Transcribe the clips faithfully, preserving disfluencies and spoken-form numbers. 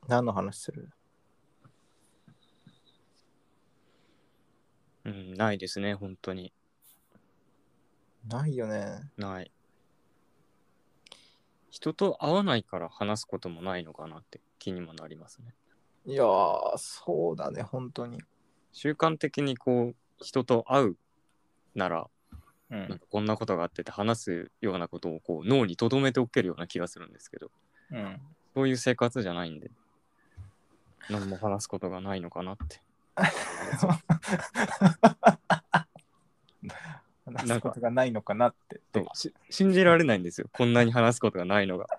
何の話する？ うん、ないですね、本当に。 ないよね。 ない。人と会わないから話すこともないのかなって気にもなりますね。 いやー、そうだね、本当に。 習慣的にこう、人と会うなら、 うん。 なんかこんなことがあってて話すようなことをこう脳に留めておけるような気がするんですけど、 うん。 そういう生活じゃないんで、何も話すことがないのかなって思いますよ。 話なんかすことがないのかなって。 そうし信じられないんですよ、こんなに話すことがないのが。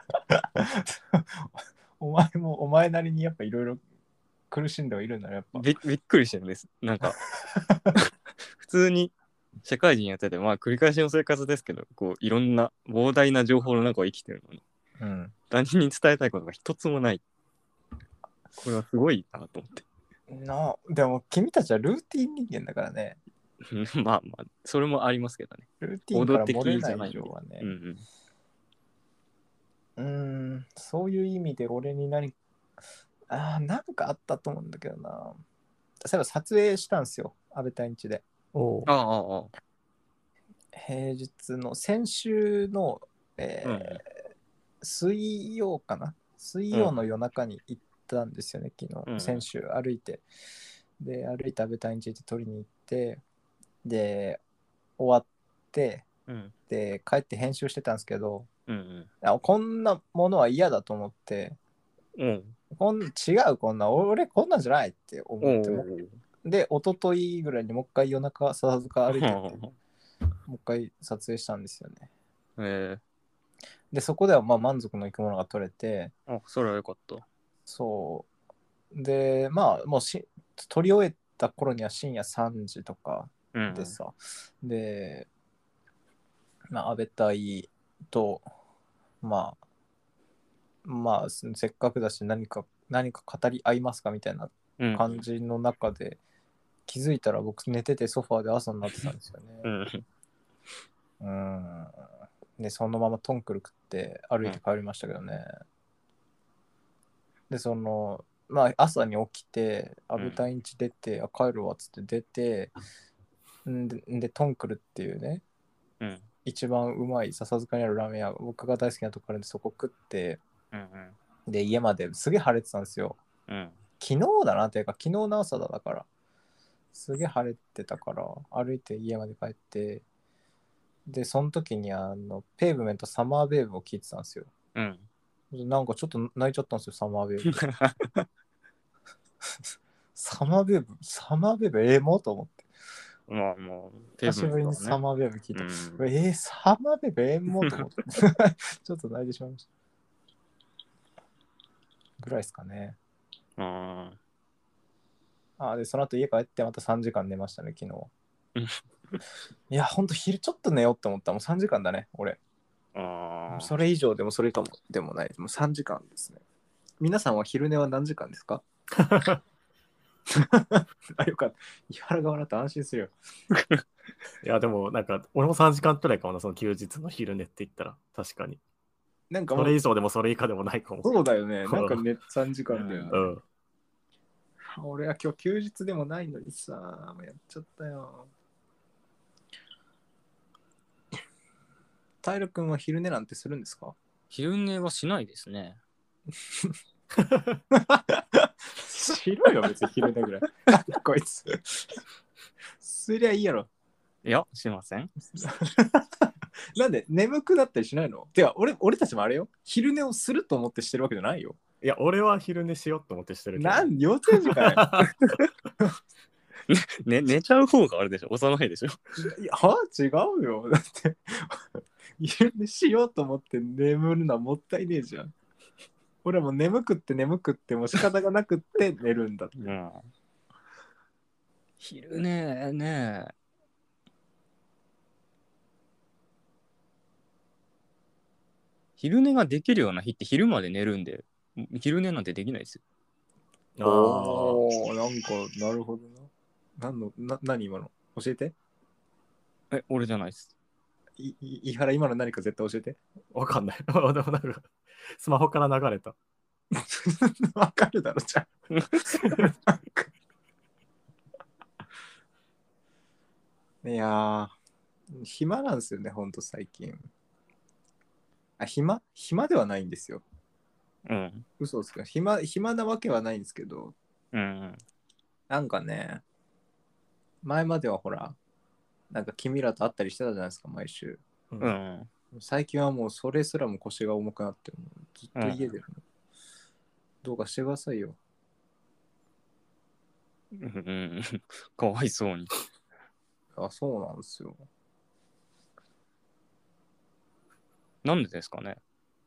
お前もお前なりにやっぱいろいろ苦しんではいるんだね、やっぱ。 びびっくりしてるんです。なんか普通に社会人やってて、まあ繰り返しの生活ですけど、こういろんな膨大な情報の中を生きてるのに、 うん。 他人に伝えたいことが一つもない。これはすごいなと思って。 なでも君たちはルーティン人間だからね。 まあまあ、それもありますけどね。 ルーティン行動から漏れない以的じゃないんで。 上はね。 うんうん。 うーん、そういう意味で俺に何あーなんかあったと思うんだけどな。例えば撮影したんですよ、安倍隊日で。 おうああ、ああ、 平日の先週の、えうんうん。 ー水曜かな水曜の夜中に行ったんですよね、昨日。 うんうん先週歩いて。で、歩いて安倍隊日で撮りに行って、で、終わって、 うんで、帰って編集してたんですけど、 うんあこんなものは嫌だと思って、 うん。 こん違う、こんな、俺こんなんじゃないって思おっても。 お。 で、一昨日ぐらいにもう一回夜中、笹塚歩いてって、 はもう一回撮影したんですよね。 あ、えで、そこではまあ満足のいくものが撮れて、 ー、あ、それはよかった。 そう。で、まあ、もうし撮り終えた頃には深夜さんじとかうんでさ、で、まあ、安倍隊と、まあ、まあ、せっかくだし何か、何か語り合いますかみたいなうん。 感じの中で、気づいたら僕寝ててソファーで朝になってたんですよね。 うんうん。で、そのままトンクル食って歩いて帰りましたけどね。で、その、まあ、朝に起きて、安倍隊ん家出て、あ、帰るわっつって出て、んで、でトンクルっていうね、 うんうん一番うまい笹塚にあるラーメン屋、僕が大好きなところあるんで、そこ食って、 うんで、家まですげえ晴れてたんですよ。 うん昨日だなっていうか、昨日の朝だだから、すげえ晴れてたから、歩いて家まで帰って、で、その時にあの、ペーブメントサマーベーブを聴いてたんですよ。 うんなんかちょっと泣いちゃったんですよ、サマーベーブ。サマーベーブ、サマーベーブ、ええもと思って。 まあもう、ペー久しぶりにブメントはね。 サマーベーブ聞いた。 うん。 えー、サマーベーブ、ええもと思って。ちょっと泣いてしまいました。ぐらいですかね。 ああで、その後家帰ってまたさんじかん寝ましたね、昨日。 うんいや、ほんと昼ちょっと寝ようって思ったらもうさんじかんだね、俺。 あ。 それ以上でもそれ以下もでもない。もうさんじかんですね。皆さんは昼寝は何時間ですか？あ、よかった。井原が笑って安心するよ。 いや、でも、なんか、俺もさんじかんくらいかもな、その休日の昼寝って言ったら、確かに。 なんかもう、 それ以上でもそれ以下でもないかも。 そうだよね。なんかね、さんじかんだよね。 うん。 俺は今日休日でもないのにさ、もうやっちゃったよ。平君は昼寝なんてするんですか？ 昼寝はしないですね。 しろよ、別に昼寝ぐらい。こいつ。すりゃいいやろ。 いや、しません。 なんで眠くなったりしないの？てか、俺、俺たちもあれよ。昼寝をすると思ってしてるわけじゃないよ。 いや、俺は昼寝しようと思ってしてるけど。 なん幼稚園時間や。 ね、寝ちゃう方があれでしょ、幼いでしょ。 いや、は違うよ。だって、昼寝しようと思って眠るのはもったいねえじゃん。俺はもう眠くって眠くってもう仕方がなくって寝るんだって。 うん。昼寝ね。昼寝ができるような日って昼まで寝るんで、昼寝なんてできないですよ。 おー、なんか、なるほどな。何の、な、何今の教えて。 え、俺じゃないです。 い、い、井原今の何か絶対教えて。 わかんない。でもなんか、スマホから流れた。 わかるだろ、じゃあ。なんかいやー、暇なんですよね、ほんと最近。あ、暇暇ではないんですよ。 うん。 嘘ですか。暇、暇なわけはないんですけど、 うん。 なんかね、前まではほら、なんか君らと会ったりしてたじゃないですか、毎週。 うんうん。 最近はもうそれすらも腰が重くなって、もうずっと家で、 うどうかしてくださいよ。 ん。うん。かわいそうに。 あ、そうなんですよ。 なんでですかね。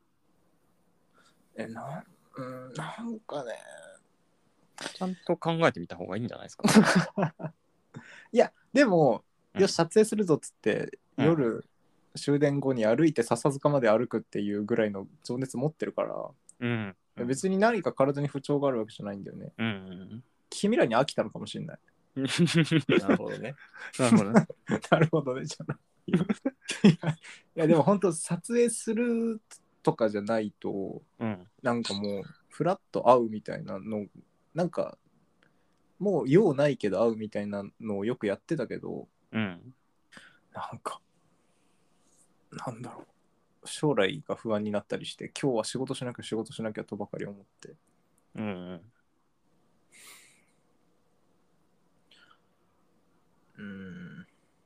え、なん、うん、なんかね。 ちゃんと考えてみた方がいいんじゃないですか。 いや、でも、 うんよし、撮影するぞっつって、 うん夜、終電後に歩いて笹塚まで歩くっていうぐらいの情熱持ってるから、 うん。うん。 別に何か体に不調があるわけじゃないんだよね。 うん。 君らに飽きたのかもしれない。 なるほどね。 なるほどね。 なるほどね、じゃない。いや、いやでも本当撮影するとかじゃないと、 うん。 なんかもう、フラッと会うみたいなの、なんか、もう用ないけど会うみたいなのをよくやってたけど、 うん。 なんか、なんだろう。将来が不安になったりして、今日は仕事しなきゃ仕事しなきゃとばかり思って。 うん。 うーん。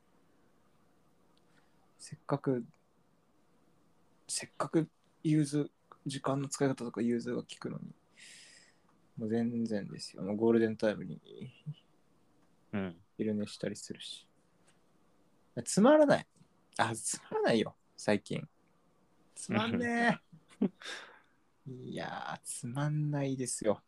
せっかく、せっかく融通、時間の使い方とか融通が効くのに、もう全然ですよ。もうゴールデンタイムにうん。 昼寝したりするし。つまらない。あ、つまらないよ、最近。つまんねえ。いやー、つまんないですよ。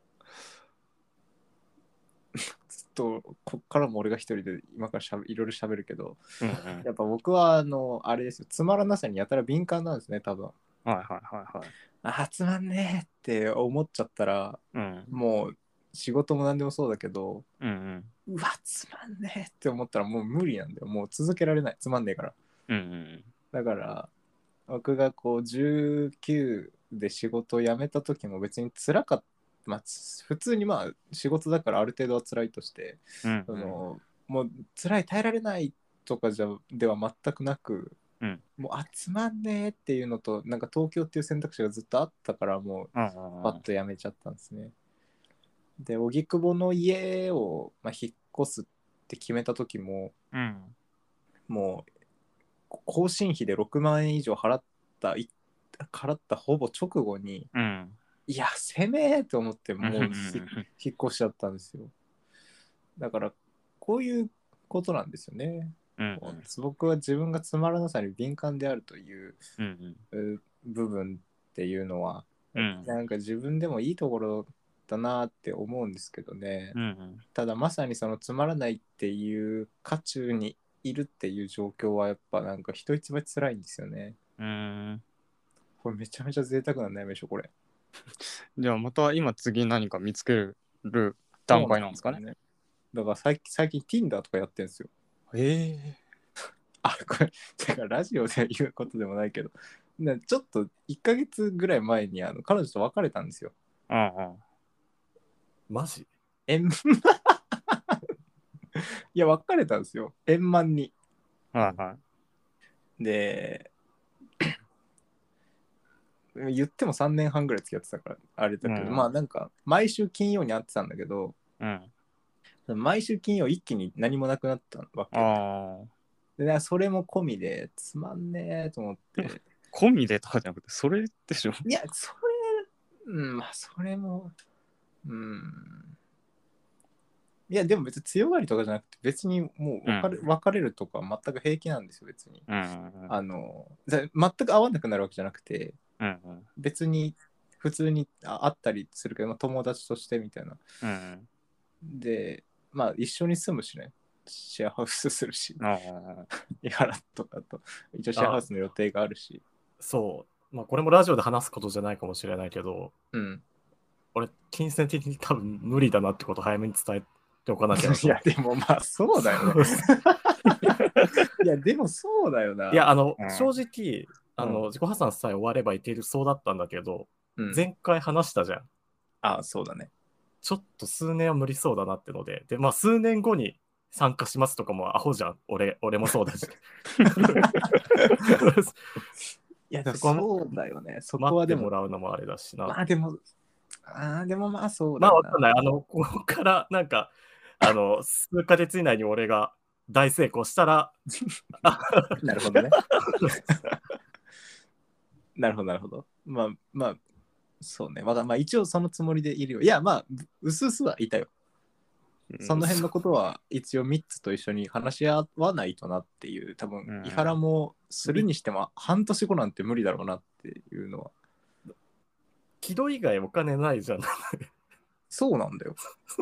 ずっと、こっからも俺が一人で今からしゃべいろいろ喋るけど、 うん。 やっぱ僕は、あの、あれですよ、つまらなさにやたら敏感なんですね、多分。 はいはいはいはい。 あ、つまんねえって思っちゃったら、 うん。 もう仕事も何でもそうだけど、 うんうん。 うわ、つまんねえって思ったらもう無理なんだよ。もう続けられない。つまんねえから。 うんうん。 だから、僕がこうじゅうきゅうで仕事を辞めた時も別に辛かった。まあ、つ普通にまあ仕事だからある程度は辛いとして、 うんそのもう辛い耐えられないとかじゃでは全くなく、 うんもうあつまんねえっていうのとなんか東京っていう選択肢がずっとあったからもううんパッと辞めちゃったんですね。で荻窪の家を、まあ、引っ越すって決めた時もうんもう更新費でろくまんえん以上払ったい払ったほぼ直後にうんいやせめえと思ってもううんひ引っ越しちゃったんですよ。だからこういうことなんですよね。 うん僕は自分がつまらなさに敏感であるといううんう部分っていうのは、 うんなんか自分でもいいところだなって思うんですけどね。 うんただまさにそのつまらないっていう渦中にいるっていう状況はやっぱなんか人一倍辛いんですよね。 うんこれめちゃめちゃ贅沢な悩みでしょこれ。 じゃあまた今次何か見つける段階なんですかね。 そうなんですよね。だから最近最近 Tinder とかやってるんですよ。 ええあ、これ、てかラジオで言うことでもないけど、なちょっといっかげつぐらい前にあの彼女と別れたんですよ。 うんうんマジ円いや、別れたんですよ。円満に。 はいはで、言ってもさんねんはんぐらい付き合ってたから、あれだけど、 うんまあなんか、毎週金曜に会ってたんだけど、 い。うん。 毎週金曜一気に何もなくなったわけ。 ああ。 で、ねそれも込みで、つまんねえと思って。 込みでとかじゃなくて、それでしょ。 いや、それ、うん、まあ、それも、うん。いや、でも別に強がりとかじゃなくて、別にもう別れ,、 うん別れるとか全く平気なんですよ、別に。 うんあの、全く会わなくなるわけじゃなくて、 うんうん別に普通に会ったりするけど、まあ、友達としてみたいな。 うんで、まあ一緒に住むしね、シェアハウスするし、 ああ。 井原とかと一応シェアハウスの予定があるし、 そう。まあ、これもラジオで話すことじゃないかもしれないけど、 うん。 俺、金銭的に多分無理だなってことを早めに伝えておかなきゃなといや、でもまあそうだよね。いや、でもそうだよな。 いや、あの、 うん正直、あの、 うん自己破産さえ終わればいけるそうだったんだけど、 うん、 前回話したじゃん。 あ、そうだね。 ちょっと数年は無理そうだなってので、で、まあ数年後に参加しますとかもアホじゃん。俺、俺もそうだし。 いや、でもそこもそうだよね。そこ待ってはでも、 もらうのもあれだしな。 まあでも、あーでもまあそうまだよな。 あわかんない。あの、ここからなんか、あの、数ヶ月以内に俺が大成功したら、 なるほどね。なるほど、なるほど。まあまあ、そうね。まだまあ一応そのつもりでいるよ。いや、まあ、うすうすはいたよ。その辺のことは一応みっつと一緒に話し合わないとなっていう、多分、 うん伊原もするにしても半年後なんて無理だろうなっていうのは。 木戸以外お金ないじゃん。 そうなんだよ。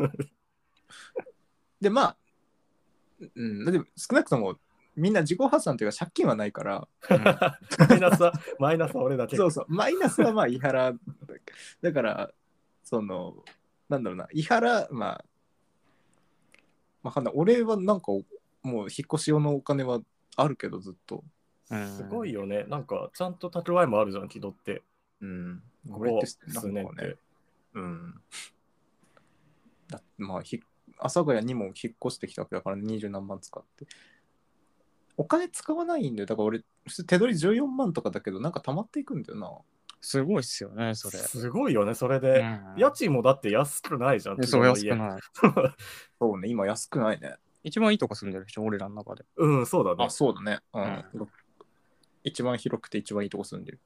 で、まあ、うん、でも少なくともみんな自己破産というか借金はないから、 マイナスは、マイナスは俺だけ。 そうそう、マイナスはまあ伊原だだから、その、なんだろうな、伊原、まあ、わかんない。俺はなんかもう引っ越し用のお金はあるけどずっと。 すごいよね。なんか、ちゃんと蓄えもあるじゃん、木戸って。 うん。 こ俺ってこ数年なんかねって。。 うん。だまあひ、阿佐ヶ谷にも引っ越してきたわけだから二十何万使って。お金使わないんだよ。だから俺、普通手取りじゅうよんまんとかだけど、なんか溜まっていくんだよな。 すごいっすよね、それ。 すごいよね、それで。 うん家賃もだって安くないじゃん。 そう、 木戸の家安くない。 そうね、今安くないね。 一番いいとこ住んでるでしょ、俺らの中で。 うん、そうだねあ、。そうだね。うん。 うん一番広くて一番いいとこ住んでる。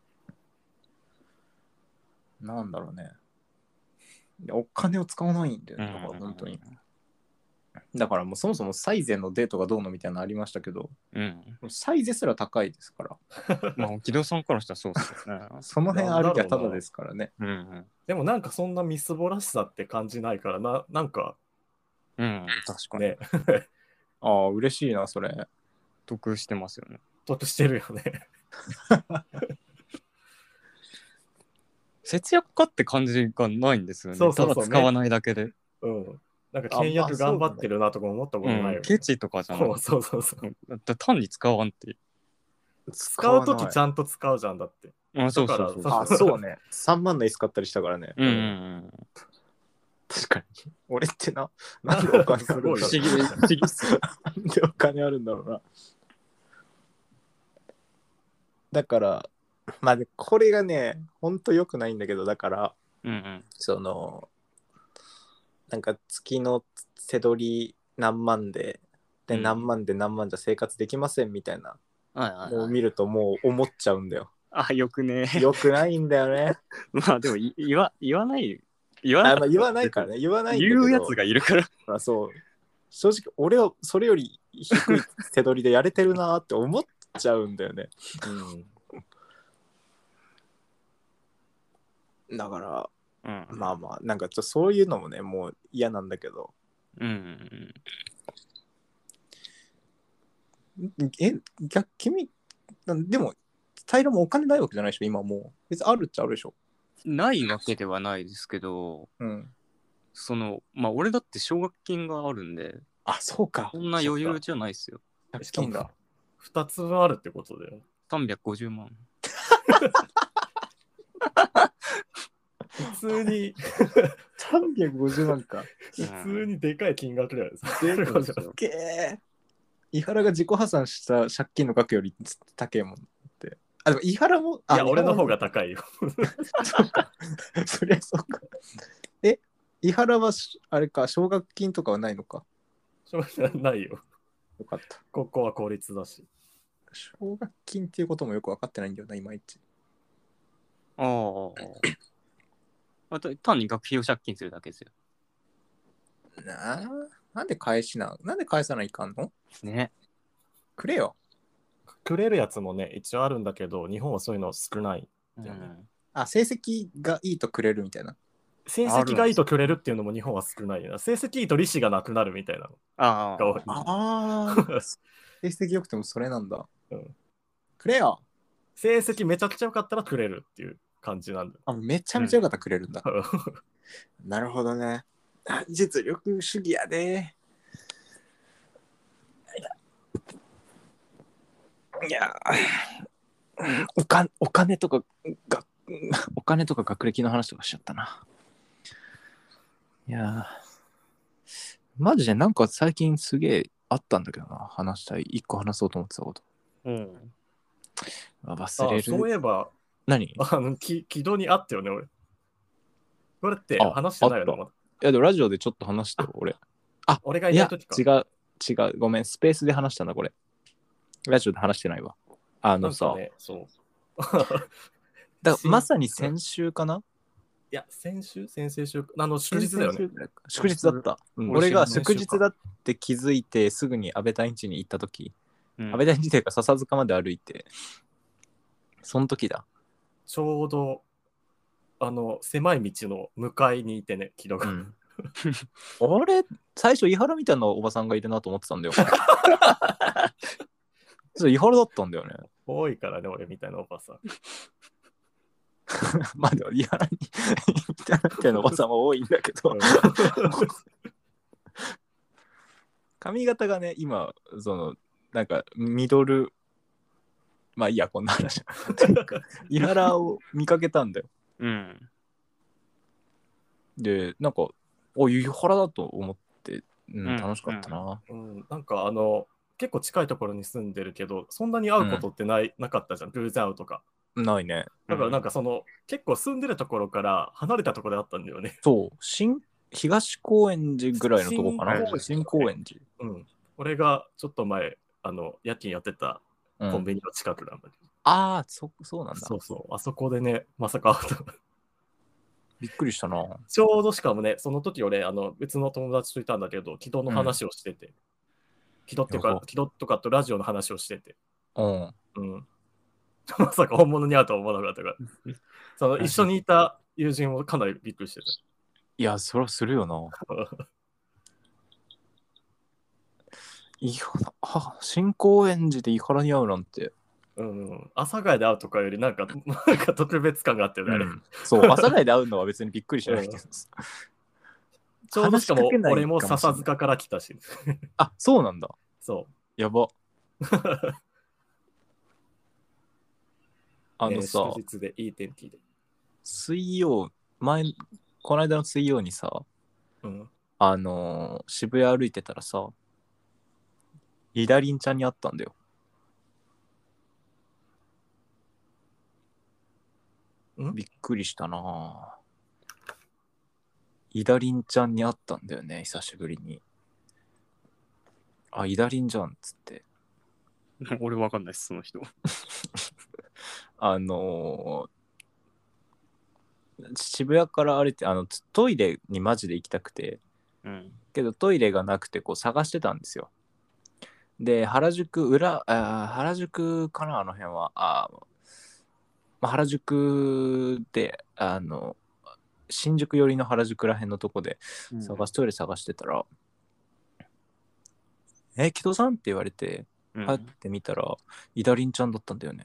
なんだろうね。いやお金を使わないんだよね。だから本当に。だからもうそもそもサイゼのデートがどうのみたいなのありましたけど、 うん。 サイゼすら高いですから。 まあ、木戸さんからしたらそうっすよね。 その辺歩きゃただですからね。 うん。 でもなんかそんなみすぼらしさって感じないからな、なんかうん、確かに。 ね、 ああ、嬉しいな、それ。 得してますよね。 得してるよね。 節約家って感じがないんですよね。 そうそうそうただ使わないだけで。 うん。なんか倹約頑張ってるなとか思ったことないよ、ねうん、ケチとかじゃない。 そうそうそう。 だって単に使わんっていう。 使うときちゃんと使うじゃんだって。 あ、そうそうそうだからあ、そうね。さんまんの椅子買ったりしたからね。 うんうんうん。 確かに。俺ってな、なんでお金あるんだろうすごい不思議で、不思議っすよ。 なんでお金あるんだろうな。だから、まあ、でこれがね、ほんと良くないんだけど、だから、 うんうん。 その、なんか月の手取り何万で、で、 うん何万で何万じゃ生活できませんみたいなはいはいはい。 のを見るともう思っちゃうんだよ。 あ、よくね。 良くないんだよね。 まあでもい言わ、言わない。言わない。 あまあ、言わないからね。言わないんだけど。 言うやつがいるから。 まあ、そう。正直、俺はそれより低い手取りでやれてるなって思っちゃうんだよね。だから、 うん。 まあまあ、なんかちょっとそういうのもね、もう嫌なんだけど。 うんうんえ、逆、君、なんでも、平もお金ないわけじゃないでしょ、今もう。別にあるっちゃあるでしょ。 うん。ないわけではないですけど、 うん。 その、まあ俺だって奨学金があるんで、 あ、そうか。 そんな余裕じゃないですよ。 借金だ。 ふたつあるってことだよ。 さんびゃくごじゅうまん。 普通に、 さんびゃくごじゅうまんか。 普通にでかい金額だよね。 でかいじゃん。けー。伊原が自己破産した借金の額より高いもんって。あ、でも伊原も、あいや、俺の方が伊原高いよ。 そうか。そりゃそうか。え、伊原はしあれか、奨学金とかはないのか。 しょうがないよ。 よかった。 ここは公立だし。 奨学金っていうこともよく分かってないんだよな、いまいち。 ああ。あと単に学費を借金するだけですよ。 なあ、なんで返しな、なんで返さないかんのね。 くれよ。 くれるやつもね、一応あるんだけど、日本はそういうの少ない。 うんだよねあ、成績がいいとくれるみたいな。 成績がいいとくれるっていうのも日本は少ないよな。成績いいと利子がなくなるみたいなのあが多い。 ああ、成績良くてもそれなんだ。 うんくれよ。 成績めちゃくちゃ良かったらくれるっていう感じなんだよ。 あ、めちゃめちゃ良かったらくれるんだ。 うんなるほどね。あ、実力主義やで。いや、おかお金とかがお金とか学歴の話とかしちゃったな。いやー、マジでなんか最近すげえあったんだけどな、話したい。一個話そうと思ってたこと。 うん。 あ忘れあ、そういる。 えば、 何？いあの、き軌道にあったよね、俺。これってあ話してないよね、 あったまだ。 や、でもラジオでちょっと話してよ、俺。あ、 俺がいいや、 ないときか。 違う、違う。ごめん、スペースで話したんだ、これ。ラジオで話してないわ。あなのさ、 んかね、そう。 だからましさに先週かないや、先週先々週あの、祝日だよね。 先々週ぐらいか祝日だった。うん俺俺が知らない祝日だって気づいてすぐに安倍隊地に行った時、 うん安倍隊地というか笹塚まで歩いて、その時だ。 ちょうど、あの、狭い道の向かいにいてね、軌道が。 うん。俺、最初、伊原みたいなおばさんがいるなと思ってたんだよ。そう、伊原だったんだよね。 多いからね、俺みたいなおばさん。 まあでも、伊原にみたいなおばさんは多いんだけど、髪型がね、今、その、なんか、ミドル、まあいいや、こんな話。伊原を見かけたんだよ。 うん。 で、なんか、お、伊原だと思って、うん、 うん楽しかったな。 うん、なんかあの、結構近いところに住んでるけど、そんなに会うことってない、なかったじゃん、偶然会うとか。 ないね。 だからなんかその、結構住んでるところから離れたところであったんだよね。 そう、新、東高円寺ぐらいのとこかな。 新新高円寺。 うん。俺がちょっと前、あの、夜勤やってたうんコンビニの近くなんだけど。 ああ、そ、そうなんだ。 そうそう。あそこでね、まさか会うと。 びっくりしたな。 ちょうどしかもね、その時俺、あの、別の友達といたんだけど、軌道の話をしてて。軌道っていうかやば、 軌道とかとラジオの話をしてて。 うん。 うん。まさか本物に会うとは思わなかったから。その一緒にいた友人もかなりびっくりしていや、そりゃするよな。 た。 いや、あ、新高円寺で伊原に会うなんて。 うん。阿佐ヶ谷で会うとかよりなんか、なんか特別感があってね、あれ。 うん、そう、阿佐ヶ谷で会うのは別にびっくりしないけど。 ちょうどしかも話しかけない俺もかもしれない笹塚から来たし。 あ、そうなんだ。 そう。 やば。あのねさ、 祝日でいい天気で。 水曜、前、この間の水曜にさ、 うん。 あのー渋谷歩いてたらさ、イダリンちゃんに会ったんだよ。 んびっくりしたなぁ。イダリンちゃんに会ったんだよね、久しぶりに。あ、イダリンじゃんっつって。 俺わかんないっす、その人。 あのー渋谷から歩いて、あの、トイレにマジで行きたくて、 うん。 けどトイレがなくてこう探してたんですよ。で、原宿、裏、あ原宿かな、あの辺は。あまあ、原宿で、あの、新宿寄りの原宿ら辺のとこで探し、トイレ探してたら、え、木戸さんって言われて、 うん、 パッて見たら、イダリンちゃんだったんだよね。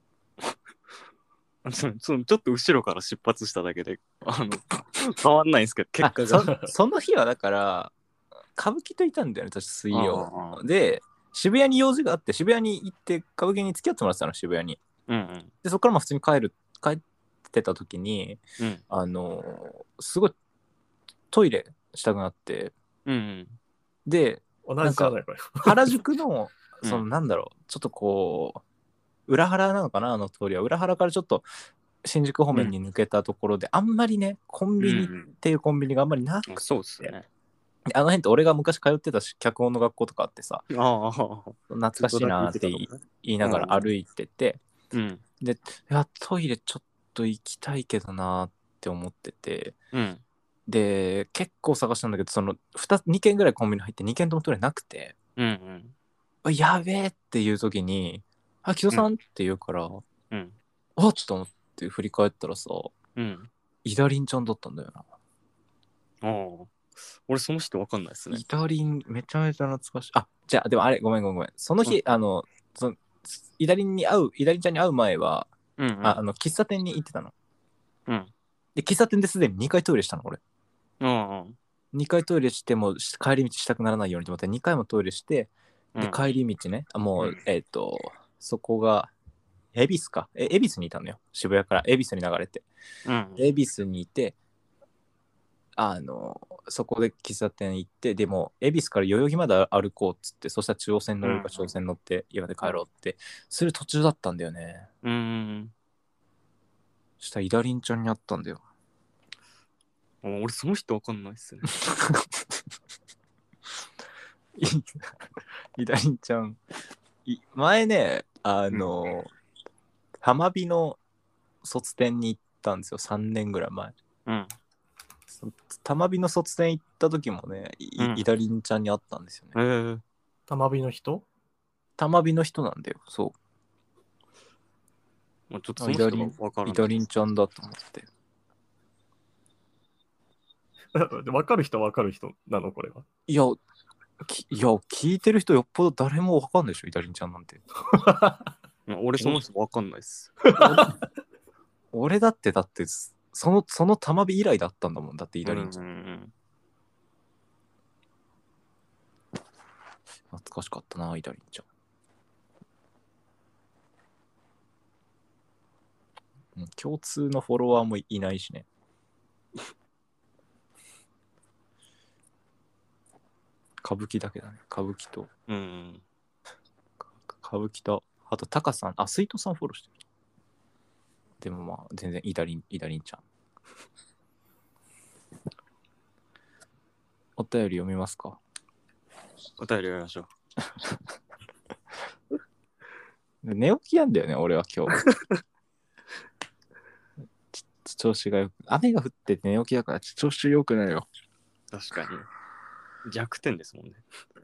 そそのちょっと後ろから出発しただけで、あの、変わんないんですけど、結果が。 そその日はだから、歌舞伎といたんだよね、私水曜ああ。 で、渋谷に用事があって、渋谷に行って歌舞伎に付き合ってもらってたの、渋谷に。 うんうん。 で、そこからまあ普通に帰る、帰ってた時に、 うんあのーすごいトイレしたくなって、 うんうん。 で、 同じじゃないかよ。 原宿の、 うんそのなんだろう、ちょっとこう、裏原なのかな、あの通りは。裏原からちょっと新宿方面に抜けたところで、あんまりね、コンビニっていうコンビニがあんまりなくて、 うん、そうですね。 あの辺って俺が昔通ってたし脚本の学校とかあってさ、 ああ。 懐かしいなって言い言いながら歩いてて、 うん。 で、いや、トイレちょっと行きたいけどなって思ってて、 うん。 で、結構探したんだけど、そのにけんぐらいコンビニ入ってにけんともトイレなくて、 うんうん。 あやべえっていう時に、あ、木戸さんって言うから、 うん。 あっちょっと思って振り返ったらさ、 うん。 イダリンちゃんだったんだよな。 ああ。俺その人わかんないですねイ。ダリンめちゃめちゃ懐かしい。あ、じゃあ、でもあれ、ごめんごめんごめん。その日、 うんあの、そのイダリンに会う、イダリンちゃんに会う前は、 うんうん。 ああの、喫茶店に行ってたの。 うん。 で、喫茶店ですでににかいトイレしたの、俺。 ああ。 にかいトイレしても帰り道したくならないようにと思ってにかいもトイレして、で、帰り道ね、あもう、 うんえっ、と、そこが恵比寿か。え、恵比寿にいたのよ。渋谷から恵比寿に流れて。 うん。 恵比寿にいて、あの、そこで喫茶店行って、でも、恵比寿から代々木まで歩こうっつって、そしたら中央線乗れるかうん中央線乗って家まで帰ろうって、それ途中だったんだよね。 うーん。 そしたらイダリンちゃんに会ったんだよ。 あ俺その人わかんないっすね。 いイダリンちゃん。い前ね、あの、浜美の卒展に行ったんですよ、さんねんぐらい前。 うん。 その玉美の卒展行った時もね、いうんイダリンちゃんに会ったんですよね。 えー、 玉火の人玉美の人なんだよ、そまあ、ちょっとその人がわかう。イらない。 ダリンちゃんだと思って。 わかる人はわかる人なのこれは。 いや、きいや、聞いてる人よっぽど誰もわかんないでしょ、イダリンちゃんなんて。 まあ俺その人わかんないっす。 俺だって、だって、その、その玉美以来だったんだもん、だってイダリンちゃん。 うんうん懐かしかったな、イダリンちゃん。うん、共通のフォロワーもいないしね。歌舞伎だけだね。歌舞伎と、 うん。うん歌舞伎と、あとタカさん、あ、スイートさんフォローしてる。でもまあ、全然イダリン、イダリンちゃん。お便り読みますか？ お便り読みましょう。 寝起きやんだよね、俺は今日。ちょっと調子がよく、雨が降ってて寝起きだから調子よくないよ。 確かに。弱点ですもんね。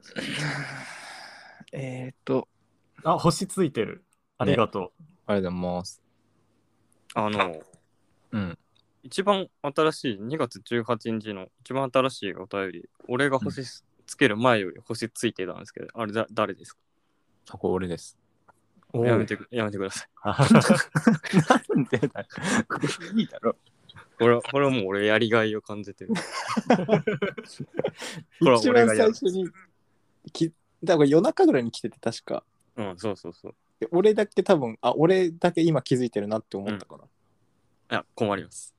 えーと、 あ、星ついてる。ありがとう。 ありがとうございます。 あの、 うん。 一番新しいにがつじゅうはちにちの一番新しいお便り、俺が星つける前より星ついてたんですけど、あれだ誰ですか？ あ、これ俺です。 おーやめてくやめてください。 なんでだよ。いいだろ。 これはこれはもう俺やりがいを感じてる。これは一番俺がやる最初に、きだから夜中ぐらいに来てて確か。 うん、そうそうそう。 で俺だけ多分、あ、俺だけ今気づいてるなって思ったかな。 いや、困ります。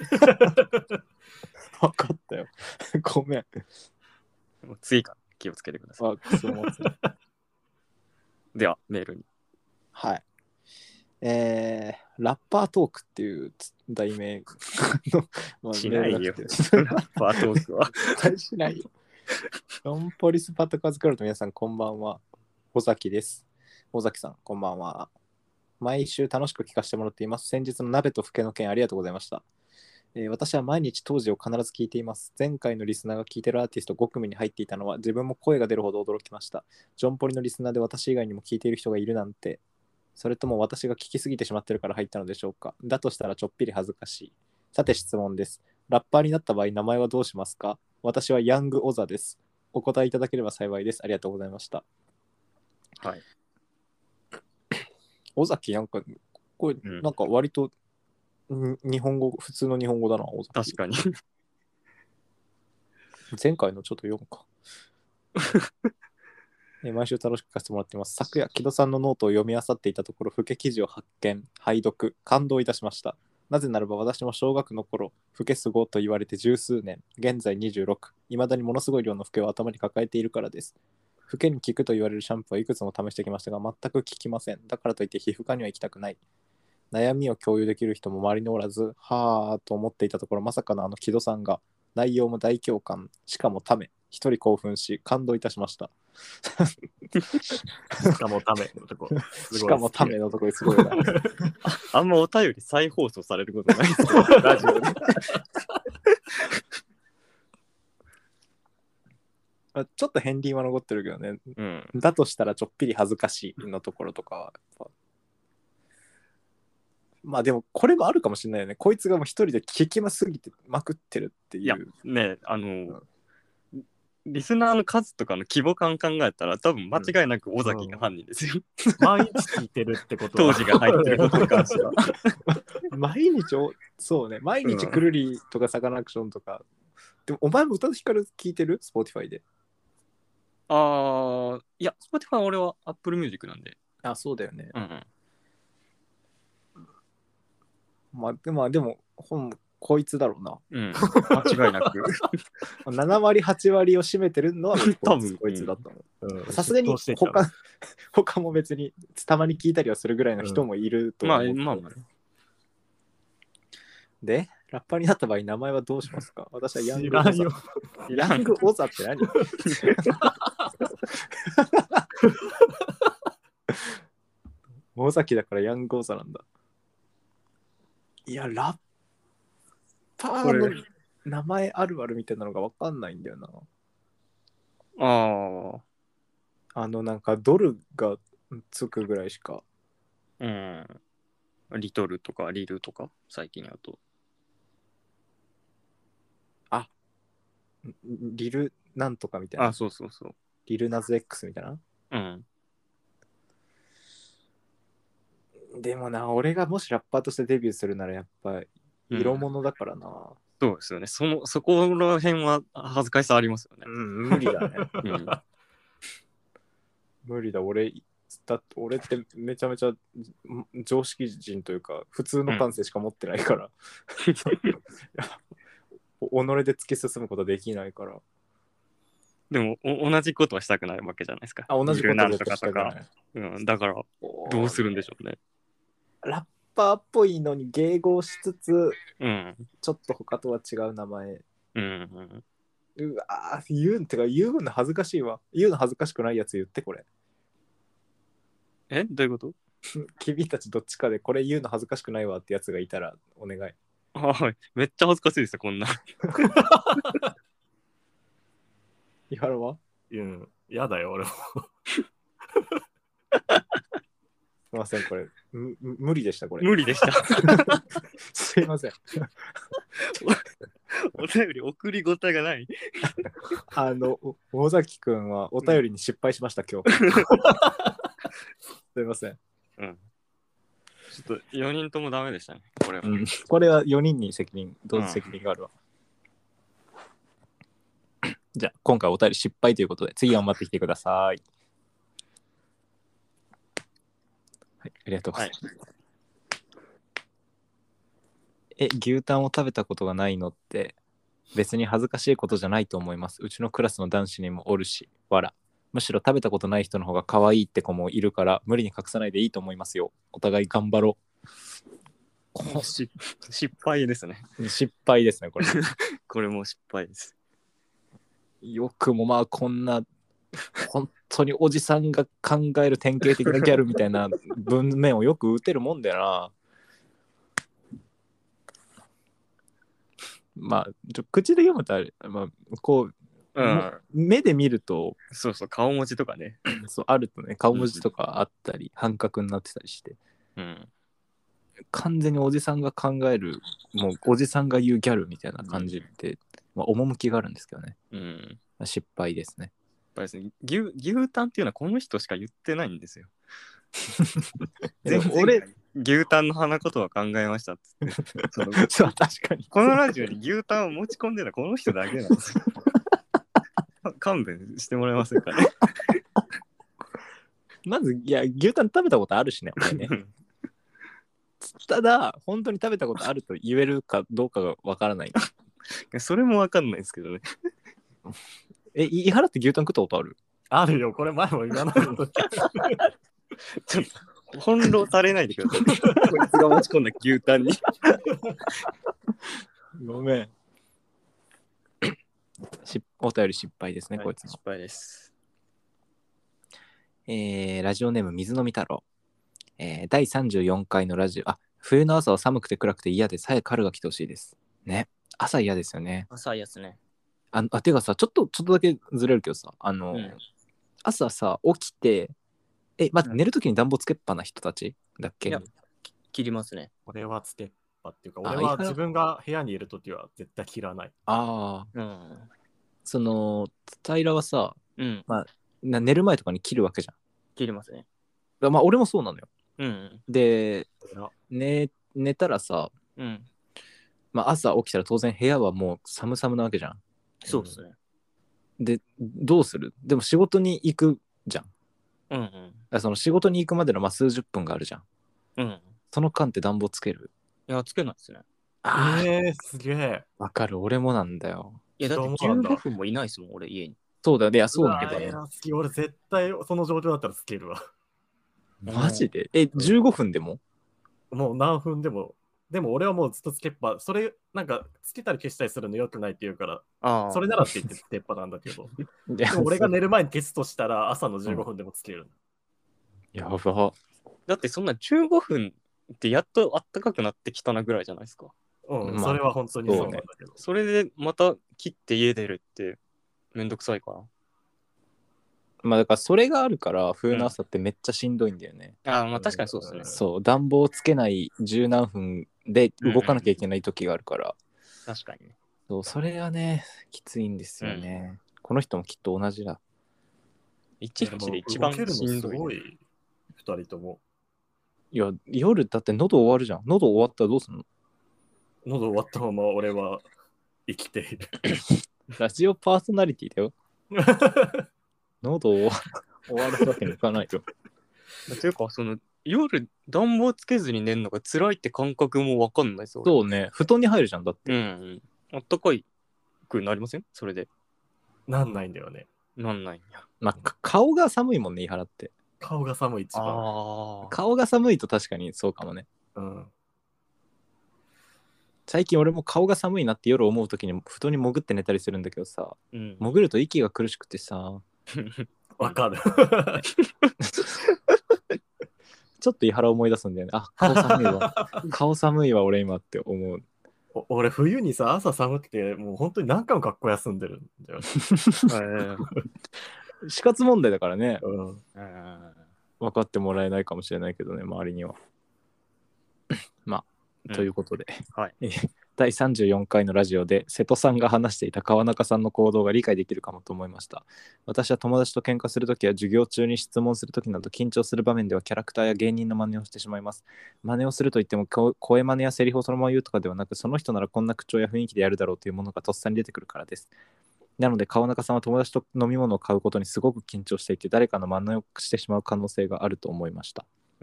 分かったよ。ごめん。 もう次から気をつけてくださあ、くそもつ。 い。では、メールに。 はい。えー、ラッパートークっていう題名の、まあ、 しないよメールが来てるラッパートークは。 絶対しないよ。ロンポリスパトカーズクラブの皆さん、こんばんは。尾崎です。尾崎さん、こんばんは。毎週楽しく聞かせてもらっています。先日の鍋とふけの件ありがとうございました。えー私は毎日当時を必ず聞いています。前回のリスナーが聞いてるアーティストご組に入っていたのは自分も声が出るほど驚きました。ジョンポリのリスナーで私以外にも聞いている人がいるなんて、それとも私が聞きすぎてしまってるから入ったのでしょうか。だとしたらちょっぴり恥ずかしい。さて質問です。ラッパーになった場合名前はどうしますか？私はヤングオザです。お答えいただければ幸いです。ありがとうございました。 はい。 尾崎なんか、これうんなんか割と、ん日本語、普通の日本語だな、尾崎。 確かに。 前回のちょっと読むか。え毎週楽しく聞かせてもらっています。昨夜、木戸さんのノートを読み漁っていたところ、老け記事を発見、拝読、感動いたしました。なぜならば私も小学の頃、老けすごと言われて十数年、現在にじゅうろく、いまだにものすごい量の老けを頭に抱えているからです。老けに効くと言われるシャンプーはいくつも試してきましたが、全く効きません。だからといって皮膚科には行きたくない。悩みを共有できる人も周りにおらず、はぁーと思っていたところ、まさかのあの木戸さんが、内容も大共感、しかもため、一人興奮し、感動いたしました。 しかもためのとこ。すごいしかもためのところすごいな。 あんまお便り再放送されることないですけど、ラジオで。 あちょっと片鱗は残ってるけどね。 うん。 だとしたらちょっぴり恥ずかしいのところとかはやっぱ。まあでもこれもあるかもしれないよね。こいつがもう一人で聞きますぎてまくってるっていう。 いや、ねあの、リスナーの数とかの規模感考えたら、多分間違いなく尾崎が犯人ですよ。 毎日聞いてるってことは。 当時が入ってることに関しては。 毎日お、そうね。毎日くるりとかサカナクションとか。でもお前も歌と光聞いてる？ Spotify で。 あー、いや、Spotify 俺は Apple Music なんで。 あ、そうだよね。 うんうん。 まあでも、でも本こいつだろうな。 うん。間違いなく。 なな割はち割を占めてるのはこいつ多分こいつだと思うんう。さすがに嫉妬してきた他他も別にたまに聞いたりはするぐらいの人もいるとまあ思うけど。 まあまあ。 で、ラッパーになった場合名前はどうしますか？私はヤン知グオザ。 らんよ。 ヤングオザって何？大崎だからヤングオザなんだ。いや、ラッパーの名前あるあるみたいなのが分かんないんだよな。 ああ。 あの、なんかドルがつくぐらいしか。 うん。リトルとかリルとか、最近だと。 リルなんとかみたいな。 あ、そうそうそう。 リルナズ X みたいな。 うん。 でもな、俺がもしラッパーとしてデビューするならやっぱ色物だからな。 そうですよね。その、そこら辺は恥ずかしさありますよね。 うん、無理だね。 うん。 無理だ、俺、だって俺ってめちゃめちゃ常識人というか、普通の感性しか持ってないから。いや己で突き進むことはできないから。 でもお、同じことはしたくないわけじゃないですか。 あ、同じことなんと絶対かとか。 したくない。 うん。だから、どうするんでしょうね。 ラッパーっぽいのに迎合しつつ、 うん。 ちょっと他とは違う名前。 うん。 うわー、言うてか言うの恥ずかしいわ。言うの恥ずかしくないやつ言ってこれ。 えどういうこと君たちどっちかでこれ言うの恥ずかしくないわってやつがいたらお願い。 はい。めっちゃ恥ずかしいですよ、こんな。 伊原はうん。やだよ、俺も。 すいません、これ。む無理でした、これ。 無理でした。 すいません。 お便り送りごたがない。 あの、お尾崎くんはお便りに失敗しました、今日。すいません。 うん。ちょっとよにんともダメでしたね、これは。 うん、これはよにんに責任、どうぞ責任があるわ。じゃあ、今回お便り失敗ということで、次頑張ってきてください。はい、ありがとうございます。はい、え、牛タンを食べたことがないのって別に恥ずかしいことじゃないと思います。うちのクラスの男子にもおるし、わら。むしろ食べたことない人の方が可愛いって子もいるから無理に隠さないでいいと思いますよ。お互い頑張ろう。 失敗ですね。 失敗ですね、これ。 これも失敗です。 よくもまあこんな本当におじさんが考える典型的なギャルみたいな文面をよく打てるもんだよな。まあ口で読むとあれ、まあ、こう、うん、目で見るとそうそう顔文字とかねそうあるとね顔文字とかあったり、うん、半角になってたりして、 うん、 完全におじさんが考えるもうおじさんが言うギャルみたいな感じって、うんまあ、趣があるんですけどね、 うん、 失敗ですね。 やっぱりね、牛、牛タンっていうのはこの人しか言ってないんですよ。 でも俺牛タンの花言葉考えましたっつってそのそう確かにこのラジオに牛タンを持ち込んでるのはこの人だけなんですよ。勘弁してもらえませんかね。 まずいや牛タン食べたことあるしね俺ね。ただ本当に食べたことあると言えるかどうかがわからない。 それもわかんないですけどね。 え、伊原って牛タン食ったことある？ あるよ、これ前も言わないの。 ちょっと翻弄されないでください。こいつが持ち込んだ牛タンに。 ごめん。しお便り失敗ですね、 はい、 こいつの。 失敗です。 えー、ラジオネーム水飲み太郎。えー、だいさんじゅうよんかいのラジオ。あ、冬の朝は寒くて暗くて嫌でさえ春が来てほしいです。ね。朝嫌ですよね。 朝嫌ですね。 あ、あてかさ、ちょっと、ちょっとだけずれるけどさ、あの、うん、朝さ、起きて、え、待って、うん、寝るときに暖房つけっぱな人たちだっけ？いや、 切りますね。 俺はつけっぱっていうか、俺は自分が部屋にいるときは絶対切らない。 ああ。 うん。 その、平はさ、 うん、 まあ、寝る前とかに切るわけじゃん。 切りますね。 まあ、俺もそうなのよ。 うん、 で、寝、寝たらさ、 うん、 まあ、朝起きたら当然部屋はもう寒々なわけじゃん。 そうですね。 で、どうする？でも仕事に行くじゃん。 うんうん。 その仕事に行くまでのまあ数十分があるじゃん。 うん。 その間って暖房つける？ いや、つけないですね。 ああ、 えー、すげえ。 わかる。俺もなんだよ。 いや、だって15 そうなんだ分もいないですもん、俺、家に。 そうだよね。いや、 うわー、 そうだけどね。 偉すぎ。俺絶対その状況だったらつけるわ。 マジでえ、じゅうごふんでももう何分でも。でも俺はもうずっとつけっぱ。それ、なんかつけたり消したりするのよくないって言うから、 ああ。 それならって言ってつけっぱなんだけど。 いやでも俺が寝る前に消すとしたら朝のじゅうごふんでもつける。 やば。 だってそんなじゅうごふんってやっとあったかくなってきたなぐらいじゃないですか。 うん、 まあそれは本当にそうなんだけど。 それでまた切って家出るってめんどくさいから。 まあだからそれがあるから冬の朝ってめっちゃしんどいんだよね。 ああ、まあ確かにそうですね。 そう、暖房つけない十何分で動かなきゃいけない時があるから、 確かにね。 そう、それがね、きついんですよね。この人もきっと同じだ。 一日で一番動けるのすしんどい。 ごい、ふたりとも。 いや、夜だって喉終わるじゃん。喉終わったらどうすんの？ 喉終わったまま俺は生きている。 ラジオパーソナリティだよ。喉を終わるわけにいかないよ。 というか、その夜暖房つけずに寝るのが辛いって感覚もわかんないですよ。 そうね、布団に入るじゃん、だって。 うんうん。あったかいくなりません？それで。 なんないんだよね。 なんないんや。 まあ、か顔が寒いもんね、言い払って。 顔が寒い一番。 ああ。 顔が寒いと確かにそうかもね。 うん。 最近俺も顔が寒いなって夜思うときに布団に潜って寝たりするんだけどさ、 うん。 潜ると息が苦しくてさ、 わかる。 ちょっと伊原思い出すんだよね。あ、顔寒いわ。顔寒いわ、俺今って思う。 お俺冬にさ朝寒くてもう本当に何回も学校休んでるんだよね。 死活問題だからね。 うん。 うん。 分かってもらえないかもしれないけどね、周りには。まあ、 うんということで、 はい。 えーだいさんじゅうよんかいのラジオで瀬戸さんが話していた川中さんの行動が理解できるかもと思いました。私は友達と喧嘩するときや授業中に質問するときなど緊張する場面ではキャラクターや芸人の真似をしてしまいます。真似をするといってもこ声真似やセリフをそのまま言うとかではなく、その人ならこんな口調や雰囲気でやるだろうというものがとっさに出てくるからです。なので川中さんは友達と飲み物を買うことにすごく緊張していて、誰かの真似をしてしまう可能性があると思いました。 うん。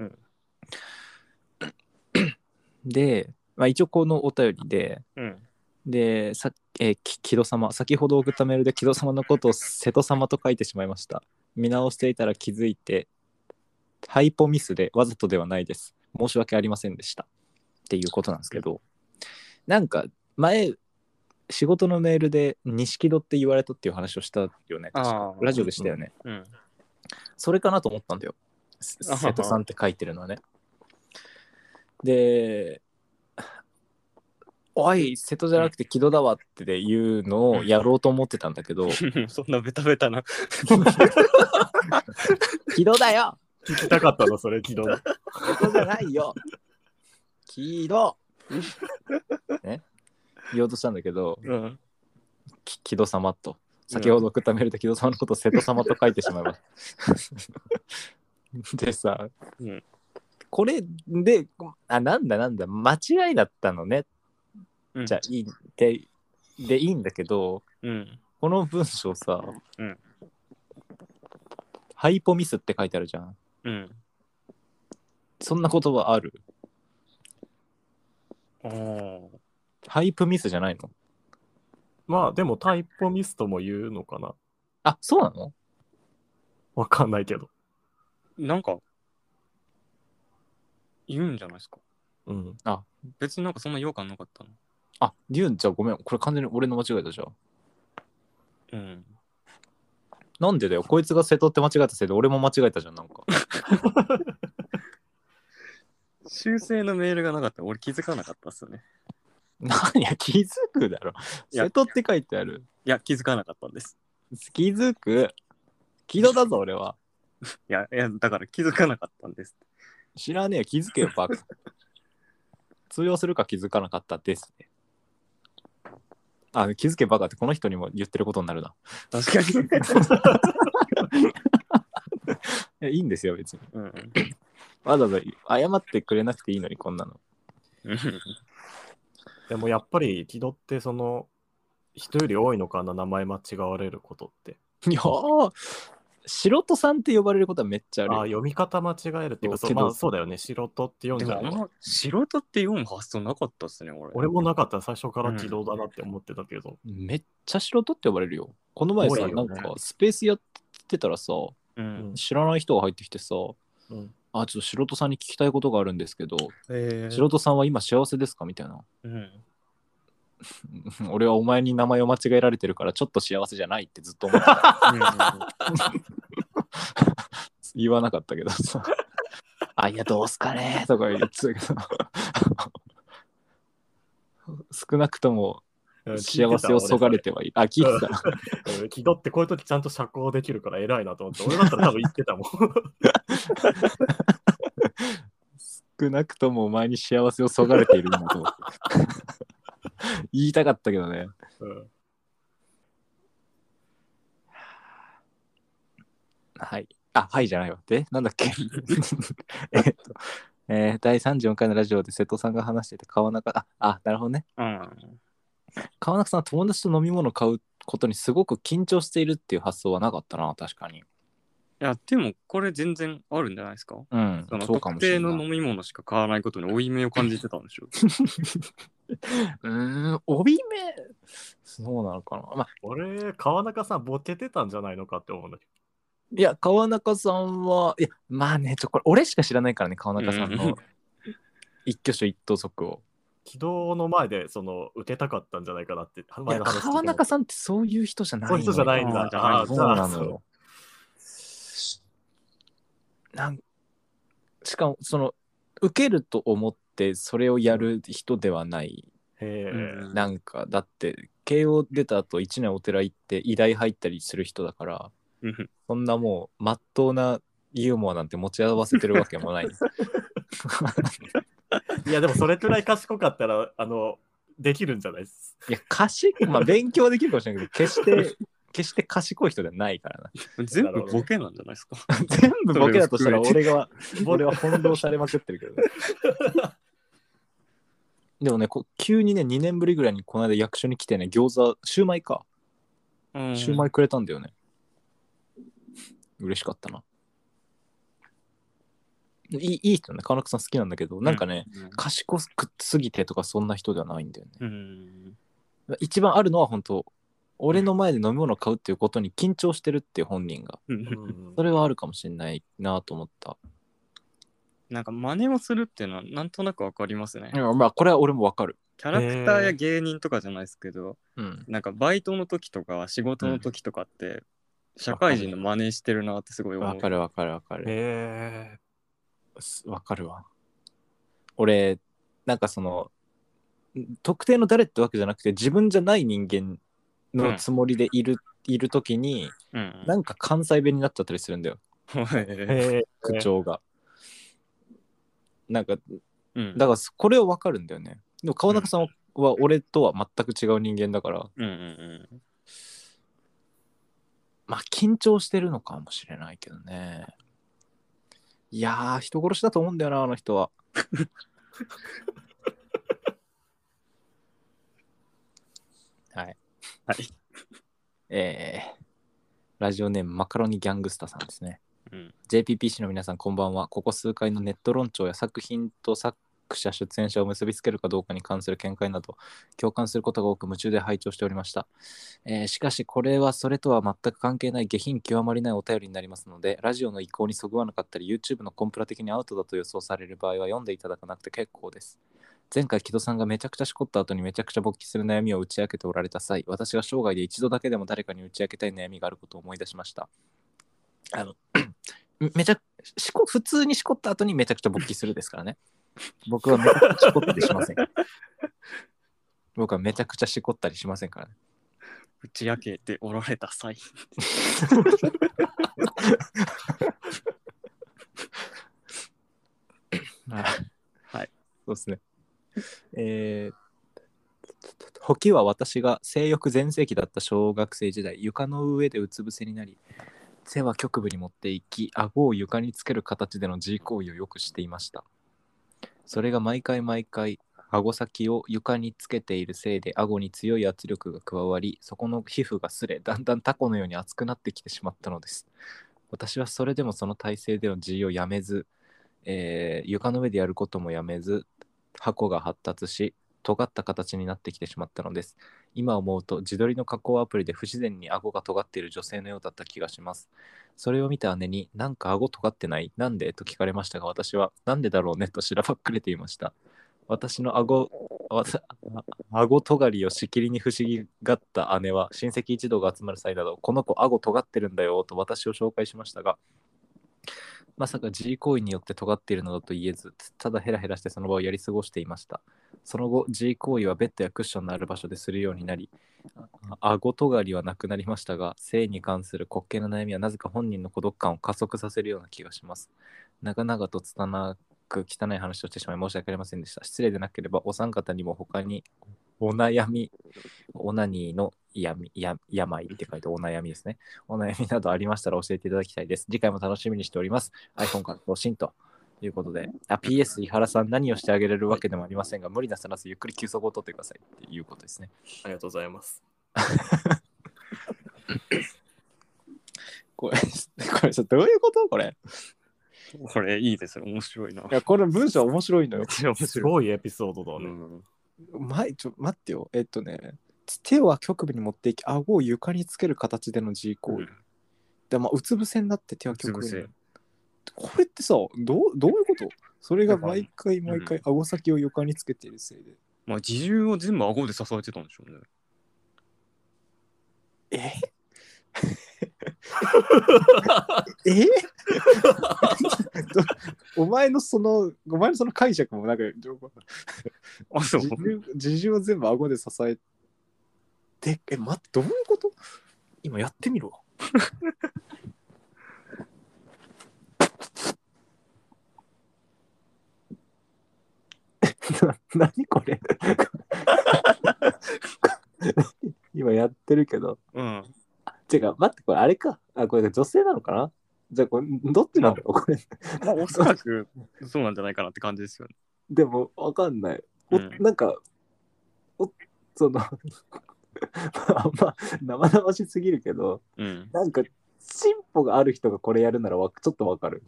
で、まあ、一応このお便りで、 うん。 で、さえー、き木戸様、先ほど送ったメールで木戸様のことを瀬戸様と書いてしまいました。見直していたら気づいて、ハイポミスでわざとではないです。申し訳ありませんでした。っていうことなんですけど、なんか前、仕事のメールで錦戸って言われたっていう話をしたよね。確かあーラジオでしたよね。 うん。 それかなと思ったんだよ。瀬戸さんって書いてるのはね。で、おい、瀬戸じゃなくて木戸だわっていうのをやろうと思ってたんだけど、 そんなベタベタな。 木戸だよ聞きたかったのそれ昨日。 瀬戸じゃないよ木戸ね言おうとしたんだけど、 うん。 き木戸様と、先ほど送ったメールで木戸様のことを瀬戸様と書いてしまいました。でさ、 うん。 これで、あ、なんだなんだ、間違いだったのね。 うん、 じゃあいいで、でいいんだけど、 うん。 この文章さ、 うんハイポミスって書いてあるじゃん。 うん。 そんな言葉ある？ ああ。 ハイプミスじゃないの？ まあでもタイポミスとも言うのかな。 あ、そうなの？ わかんないけど。 なんか、言うんじゃないですか。 うん。 別になんかそんな違和感なかったの。 あ、デューン、じゃあごめん。これ完全に俺の間違いだじゃん。 うん。 なんでだよ。こいつが瀬戸って間違えたせいで俺も間違えたじゃん、なんか。 修正のメールがなかったら俺気づかなかったっすよね。 何や、気づくだろ。 いや瀬戸って書いてある。 いや、気づかなかったんです。 気づく。木戸だぞ、俺は。 いや、いや、だから気づかなかったんです。 知らねえよ、気づけよ、バカ。通用するか気づかなかったですね。あ、気づけバカってこの人にも言ってることになるな。 確かに。 いや、いいんですよ、別に。 うん。 わざわざ謝ってくれなくていいのに、こんなの。 でもやっぱり木戸ってその人より多いのかな、名前間違われることって。 いやー、 素人さんって呼ばれることはめっちゃあるよ。 あ読み方間違えるっていうか、そうそうけどまあそうだよね。素人って読んじゃうのは。 でもあんま素人って読む発想なかったっすね、俺。 俺もなかった最初から軌道だなって思ってたけど。 めっちゃ素人って呼ばれるよ。この前さ、 多いよねなんかスペースやってたらさ、 う。 うんん知らない人が入ってきてさ、 うんあ、ちょっと素人さんに聞きたいことがあるんですけど、 え素人さんは今幸せですかみたいな。 うん。 俺はお前に名前を間違えられてるからちょっと幸せじゃないってずっと思ってた。言わなかったけどさ。あ、いや、どうすかねとか言ってたけど。少なくともうん幸せをそがれてはいる。あ、聞いてた。 うん気取ってこういう時ちゃんと社交できるから偉いなと思って、俺だったら多分言ってたもん。 少なくともお前に幸せをそがれているんだと思って言いたかったけどね。 うんはい。あ、はいじゃないわ。で、なんだっけえっと、えー、だいさんじゅうよんかいのラジオで瀬戸さんが話していて川中、あ、あ、なるほどね。 うん。 川中さんは友達と飲み物買うことにすごく緊張しているっていう発想はなかったな、確かに。 いや、でもこれ全然あるんじゃないですか。 うんそのそうか特定もしれないの飲み物しか買わないことに負い目を感じてたんでしょう。 うーん、帯目、そうなのかな。まあ、 俺、川中さんボケてたんじゃないのかって思うんだけいや、川中さんは、いや、まあね、ちょ、これ、俺しか知らないからね、川中さんうんの一挙手一投足を。 ど、軌道の前でその受けたかったんじゃないかなって、 いや、 前の話聞いて川中んさんってそういう人じゃないそういう人じゃないんだ。 あーじゃないあーそうなじゃあのよ。なんしかも、その、受けると思ってそれをやる人ではない。 へえ、 うんなんか、だって、慶応出た後いちねんお寺行って医大入ったりする人だから、 うんそんなもう、まっとうなユーモアなんて持ち合わせてるわけもない。 いやでもそれくらい賢かったらあのできるんじゃないですいや、賢い、まあ勉強できるかもしれないけど、決して、決して賢い人ではないからな。 全部ボケなんじゃないですか。 全部ボケだとしたらそれ俺が、俺は翻弄されまくってるけどね。でもね、こ急にね、にねんぶりぐらいにこの間役所に来てね、餃子、シューマイか。 うんシューマイくれたんだよね。嬉しかったな。いいいい人ね、川中さん好きなんだけど、なんかね、 うん賢くすぎてとかそんな人ではないんだよね。 うん一番あるのは本当、俺の前で飲み物を買うっていうことに緊張してるっていう本人が。 うんうんそれはあるかもしれないなと思った。 なんか真似をするっていうのはなんとなくわかりますねい。やまあこれは俺もわかる。 キャラクターや芸人とかじゃないですけど、 うん。 なんかバイトの時とか仕事の時とかって、社会人の真似してるなってすごい思う。 わかるわかるわかる。 へすわかるわ。俺、なんかその、特定の誰ってわけじゃなくて、自分じゃない人間のつもりでいる、いるときに、 うん。 なんか関西弁になっちゃったりするんだよ、 えへえ口調が。なんか、 うん。 だからこれはわかるんだよね。でも川中さんは俺とは全く違う人間だから、 うんうんうん。 まあ緊張してるのかもしれないけどね。いやー、人殺しだと思うんだよな、あの人は。はい。 はい。 えー、ラジオネームマカロニギャングスタさんですね。 うんジェーピーピーシー の皆さんこんばんは。ここ数回のネット論調や作品と作者出演者を結びつけるかどうかに関する見解など共感することが多く夢中で拝聴しておりました、えーしかしこれはそれとは全く関係ない下品極まりないお便りになりますので、ラジオの意向にそぐわなかったり YouTube のコンプラ的にアウトだと予想される場合は読んでいただかなくて結構です。前回木戸さんがめちゃくちゃしこった後にめちゃくちゃ勃起する悩みを打ち明けておられた際、私が生涯で一度だけでも誰かに打ち明けたい悩みがあることを思い出しました。あのめちゃしこ普通にしこった後にめちゃくちゃ勃起するですからね。僕はめちゃくちゃしこったりしません。僕はめちゃくちゃしこったりしませんからね。 打ち明けておられた際。はい。 そうですね。えー、時は私が性欲全盛期だった小学生時代、床の上でうつ伏せになり、手は局部に持っていき、顎を床につける形での G 行為をよくしていました。それが毎回毎回、顎先を床につけているせいで顎に強い圧力が加わり、そこの皮膚が擦れ、だんだんタコのように熱くなってきてしまったのです。 私はそれでもその体勢での G をやめず、えー床の上でやることもやめず、箱が発達し尖った形になってきてしまったのです。今思うと自撮りの加工アプリで不自然に顎が尖っている女性のようだった気がします。それを見た姉に、なんか顎尖ってない？なんで？と聞かれましたが、私はなんでだろうねとしらばっくれていました。私の顎わた顎尖りをしきりに不思議がった姉は、親戚一同が集まる際など、この子顎尖ってるんだよと私を紹介しましたが、まさか G 行為によって尖っているのだと言えず、ただヘラヘラしてその場をやり過ごしていました。その後 G 行為はベッドやクッションのある場所でするようになり、あ顎尖りはなくなりましたが、性に関する滑稽な悩みはなぜか本人の孤独感を加速させるような気がします。長々と拙く汚い話をしてしまい申し訳ありませんでした。失礼でなければお三方にも他にお悩み、オナニーの病や病って書いてお悩みですね。お悩みなどありましたら教えていただきたいです。次回も楽しみにしております。iPhone から更新ということで。あ、ピーエス 井原さん、何をしてあげれるわけでもありませんが、無理なさらずゆっくり休息をとってくださいっていうことですね。 ありがとうございます。 これ、これさ、どういうことこれ。 これいいですよ、面白いな。 いや、これ文章面白いのよ。 面す白い。 ごいエピソードだね。 うん前、ちょ、待ってよ。えっとね、手は局部に持っていき、顎を床につける形での G 行為。で、まあ、うつ伏せになって手は局部に。 うつ伏これってさ、どう、どういうこと？それが毎回毎回顎先を床につけているせいで。 まあ、自重を全部顎で支えてたんでしょうね。 ええお前のその、お前のその解釈もなんか、 あ、そう。 自重自重を全部顎で支えて、え、待って、どういうこと？今やってみろ。な何これ今やってるけど。 うん。 違う、待って、これあれか。あ、これ女性なのかな？じゃあこれ、どっちなんだろう、これ。 まあ、おそらくそうなんじゃないかなって感じですよね。 でも、わかんない。おうんなんか、おその、あんま生々しすぎるけど、 うん。 なんか、進歩がある人がこれやるならわちょっとわかる。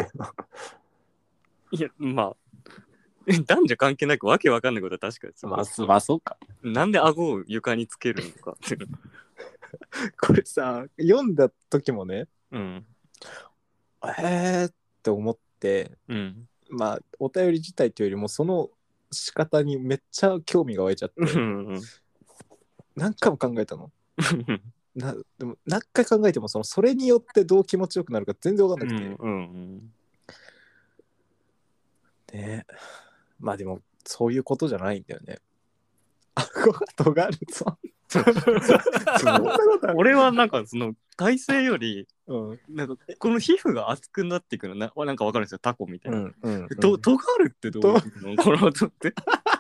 いや、まあ、男女関係なくわけわかんないことは確かですよ。 まあ、すまあ、そうか。 なんで顎を床につけるのかっていう。 これさ、読んだ時もね、 うん。 えーって思って、 うん。 まあ、お便り自体というよりも、その仕方にめっちゃ興味が湧いちゃって、 うん。 何回も考えたの。なでも何回考えてもそのそれによってどう気持ちよくなるか全然分かんなくて、 うん。 ね。まあでもそういうことじゃないんだよね。顎が尖るぞ。 その俺はなんかその体勢よりうんなんかこの皮膚が厚くなっていくのななんかわかるんですよ、タコみたいな。 うんうんと尖るってどういうのこの音って。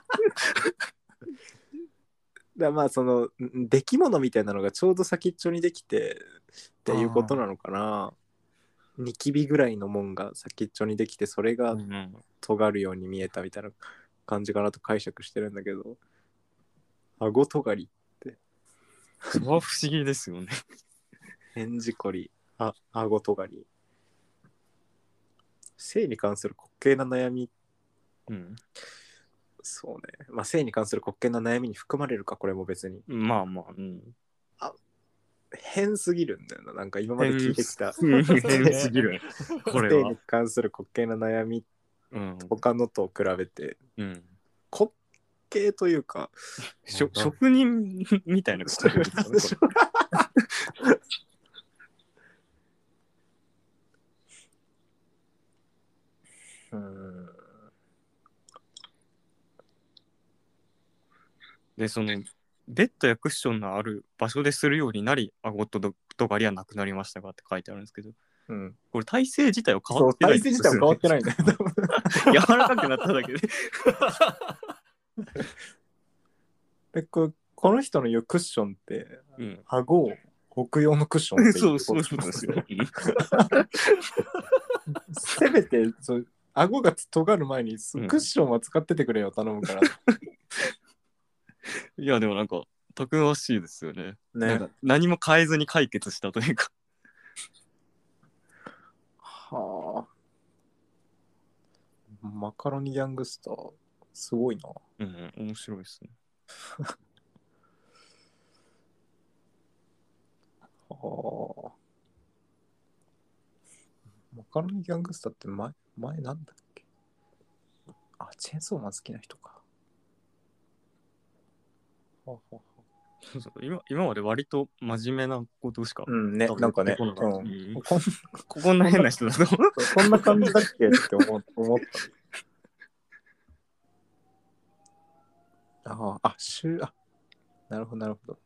だまあそのん出来物みたいなのがちょうど先っちょにできてっていうことなのかな。ニキビぐらいのもんが先っちょにできてそれがうん尖るように見えたみたいな感じかなと解釈してるんだけど、顎尖り、 それは不思議ですよね。 返事こり、あ、顎尖り。性に関する滑稽な悩み、 うん。 そうね。まあ性に関する滑稽な悩みに含まれるか、これも別に。 まあまあ、うん。 変すぎるんだよな。なんか今まで聞いてきた。 変すぎる。これは性に。関する滑稽な悩み、 うん。 他のと比べて、 うん。 滑稽というか、 しょ職人みたいなことですよね、これ。 うんで、その、ベッドやクッションのある場所でするようになり、顎ととがりはなくなりましたがって書いてあるんですけど、 うん、 これ体勢自体は変そうわってない体勢自体は変わってないんだよ。 柔らかくなっただけで。 でここの人の言うクッションって、 うん。 顎を置く用のクッションっていそううことそうそうですよ。 せめてそう顎が尖る前にクうんッションは使っててくれよ、頼むから。 いや、でもなんか、たくましいですよね。なんねか。何も変えずに解決したというか。 マカロニギャングスター、すごいな。 うん、面白いですね。 はあ。マカロニギャングスターって前、前なんだっけ。あ、チェーンソーマン好きな人か。はあはあはあ、 そうそう今今まで割と真面目なことしか、 うんね、 多分なんかね、 言ってこなかったうんうんこんここんな変な人だと。 そんな感じだっけって思思った。ああ、あ、週、あ、なるほど、なるほど。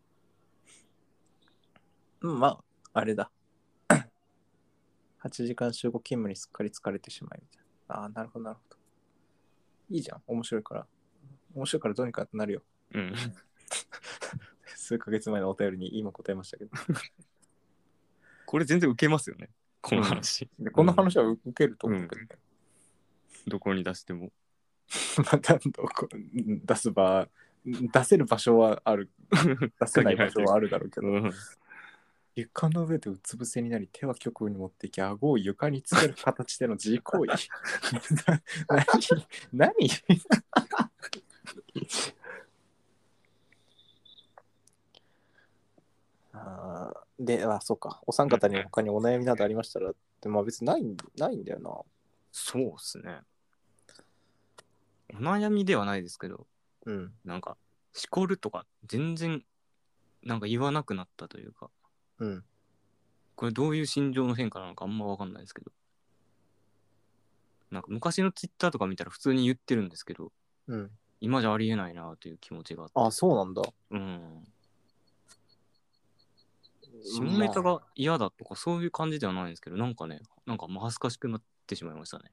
うん、まあ、あれだ。はちじかん週ご勤務にすっかり疲れてしまいみたいな。ああ、なるほど、なるほど。いいじゃん、面白いから。面白いからどうにかなるよ。 うん。 数ヶ月前のお便りに今答えましたけど。 これ全然受けますよね、この話。 でこの話は受けると思うけどね。 どこに出しても。 またどこ出す場、出せる場所はある。出せない場所はあるだろうけど。 うん床の上でうつ伏せになり、手は極右に持っていき、顎を床につける形での自慰行為。何何あーで、あ、そうか。お三方に他にお悩みなどありましたら、でまあ別にないんないんだよな。 そうっすね。お悩みではないですけど、 うん。 なんか、しこるとか全然、なんか言わなくなったというか、 うん。 これどういう心情の変化なのかあんまわかんないですけど、なんか昔のツイッターとか見たら普通に言ってるんですけど、 うん。 今じゃありえないなという気持ちがあって。 あ、そうなんだ。 うん。下ネタが嫌だとかそういう感じではないんですけど、なんかね、なんかまあ恥ずかしくなってしまいましたね。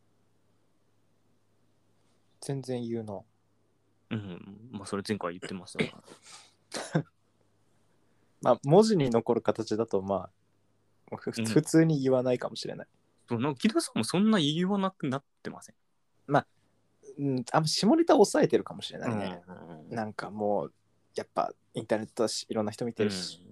全然言うな。 うん。まあそれ前回言ってましたから。 まあ文字に残る形だとまあふうん普通に言わないかもしれない。 そうなんか木戸さんもそんな言わなくなってません？ うん、あんま下ネタ抑えてるかもしれないね。 うんなんかもうやっぱインターネットだしいろんな人見てるし。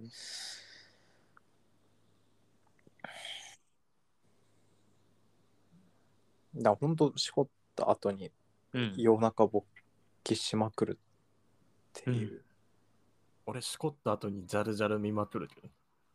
だからほんとしこった後にうん。 夜中勃起しまくるっていう。 うん俺、しこった後にジャルジャル見まくるけど。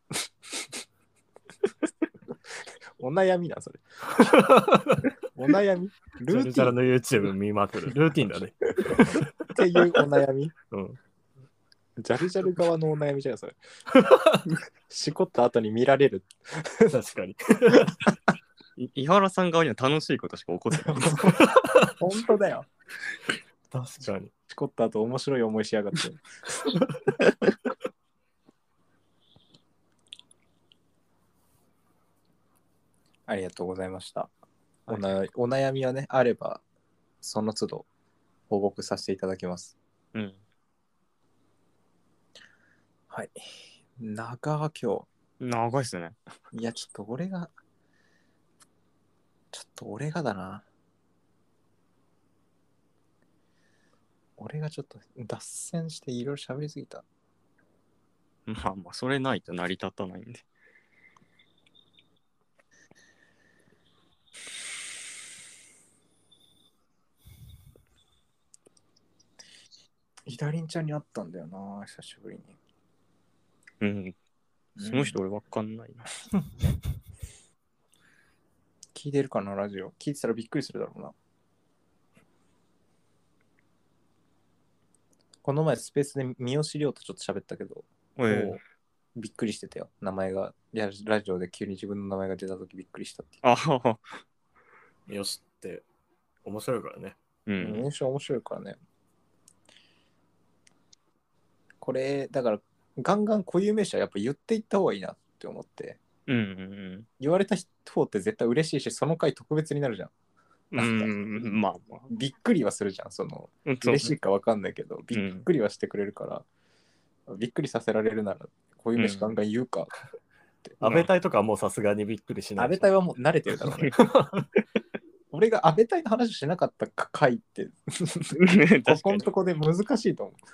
お悩みなそれ。お悩みジルーティンャルジャルの YouTube 見まくる。ルーティンだね。 っていうお悩みうん。 ジャルジャル側のお悩みじゃんそれ。しこった後に見られる。 確かに。 い井原さん側には楽しいことしか起こってない。 本当だよ。 確かに。 しこった後面白い思いしやがって。ありがとうございました。おなお悩みはね、あれば、その都度報告させていただきます。 うん。 はい。長今長いっすね。 日。いや、ちょっと俺が、ちょっと俺がだな。俺がちょっと脱線していろいろ喋りすぎた。 まあまあ、それないと成り立たないんで。 イダリンちゃんに会ったんだよな、久しぶりに。 うん。その人俺わかんないな。 聞いてるかな、ラジオ。聞いてたらびっくりするだろうな。この前スペースで三好亮とちょっと喋ったけど、 ええもうびっくりしてたよ。名前が、いや、ラジオで急に自分の名前が出たときびっくりしたっていう。 あはは。 よしって面白いからね。 うん。 三好面白いからね。これ、だから、ガンガン固有名詞はやっぱ言っていった方がいいなって思って、 うんうん言われた方って絶対嬉しいし、その回特別になるじゃん。 うん。うん、まあまあ。 びっくりはするじゃん。その、 うんそう嬉しいか分かんないけど、びっくりはしてくれるから、びっくりさせられるなら、固有名詞ガンガン言うか。 安倍隊とかはもうさすがにびっくりしない。 安倍隊はもう慣れてるだろうね。俺が安倍隊の話しなかった回って、こ確かにこのとこで難しいと思う。